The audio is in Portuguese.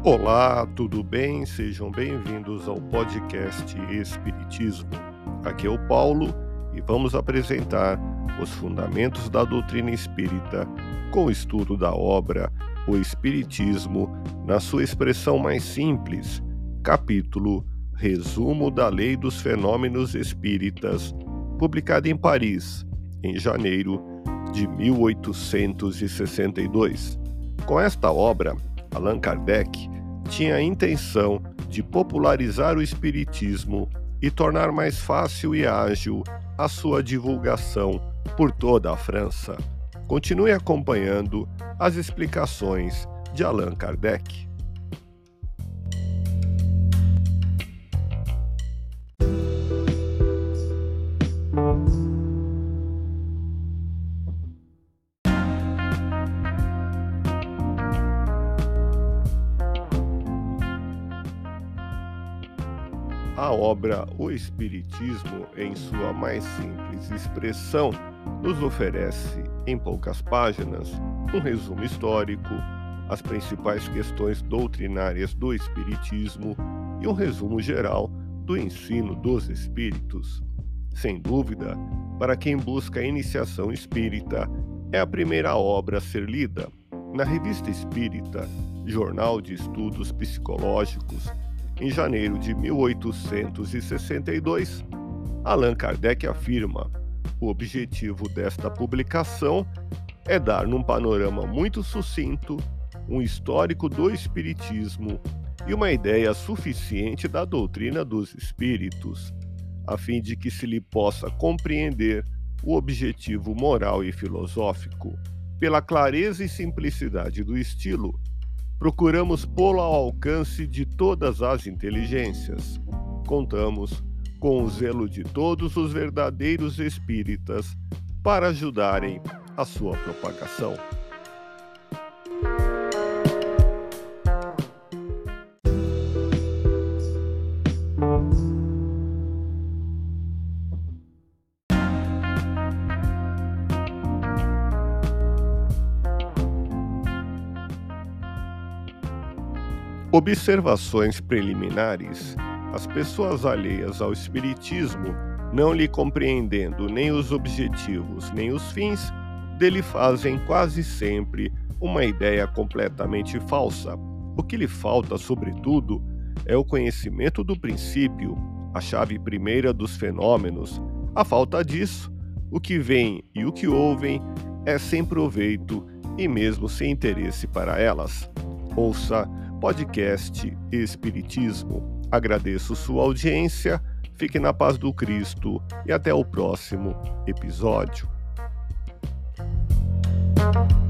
Olá, tudo bem? Sejam bem-vindos ao podcast Espiritismo. Aqui é o Paulo e vamos apresentar os fundamentos da doutrina espírita com o estudo da obra O Espiritismo na sua expressão mais simples, capítulo Resumo da Lei dos Fenômenos Espíritas, publicado em Paris, em janeiro de 1862. Com esta obra, Allan Kardec tinha a intenção de popularizar o espiritismo e tornar mais fácil e ágil a sua divulgação por toda a França. Continue acompanhando as explicações de Allan Kardec. A obra O Espiritismo, em sua mais simples expressão, nos oferece, em poucas páginas, um resumo histórico, as principais questões doutrinárias do Espiritismo e um resumo geral do ensino dos espíritos. Sem dúvida, para quem busca a iniciação espírita, é a primeira obra a ser lida. Na Revista Espírita, Jornal de Estudos Psicológicos, em janeiro de 1862, Allan Kardec afirma: o objetivo desta publicação é dar, num panorama muito sucinto, um histórico do Espiritismo e uma ideia suficiente da doutrina dos espíritos, a fim de que se lhe possa compreender o objetivo moral e filosófico. Pela clareza e simplicidade do estilo, procuramos pô-lo ao alcance de todas as inteligências. Contamos com o zelo de todos os verdadeiros espíritas para ajudarem a sua propagação. Observações preliminares. As pessoas alheias ao espiritismo, não lhe compreendendo nem os objetivos nem os fins, dele fazem quase sempre uma ideia completamente falsa. O que lhe falta, sobretudo, é o conhecimento do princípio, a chave primeira dos fenômenos. A falta disso, o que veem e o que ouvem é sem proveito e mesmo sem interesse para elas. Ouça podcast Espiritismo. Agradeço sua audiência, fique na paz do Cristo e até o próximo episódio.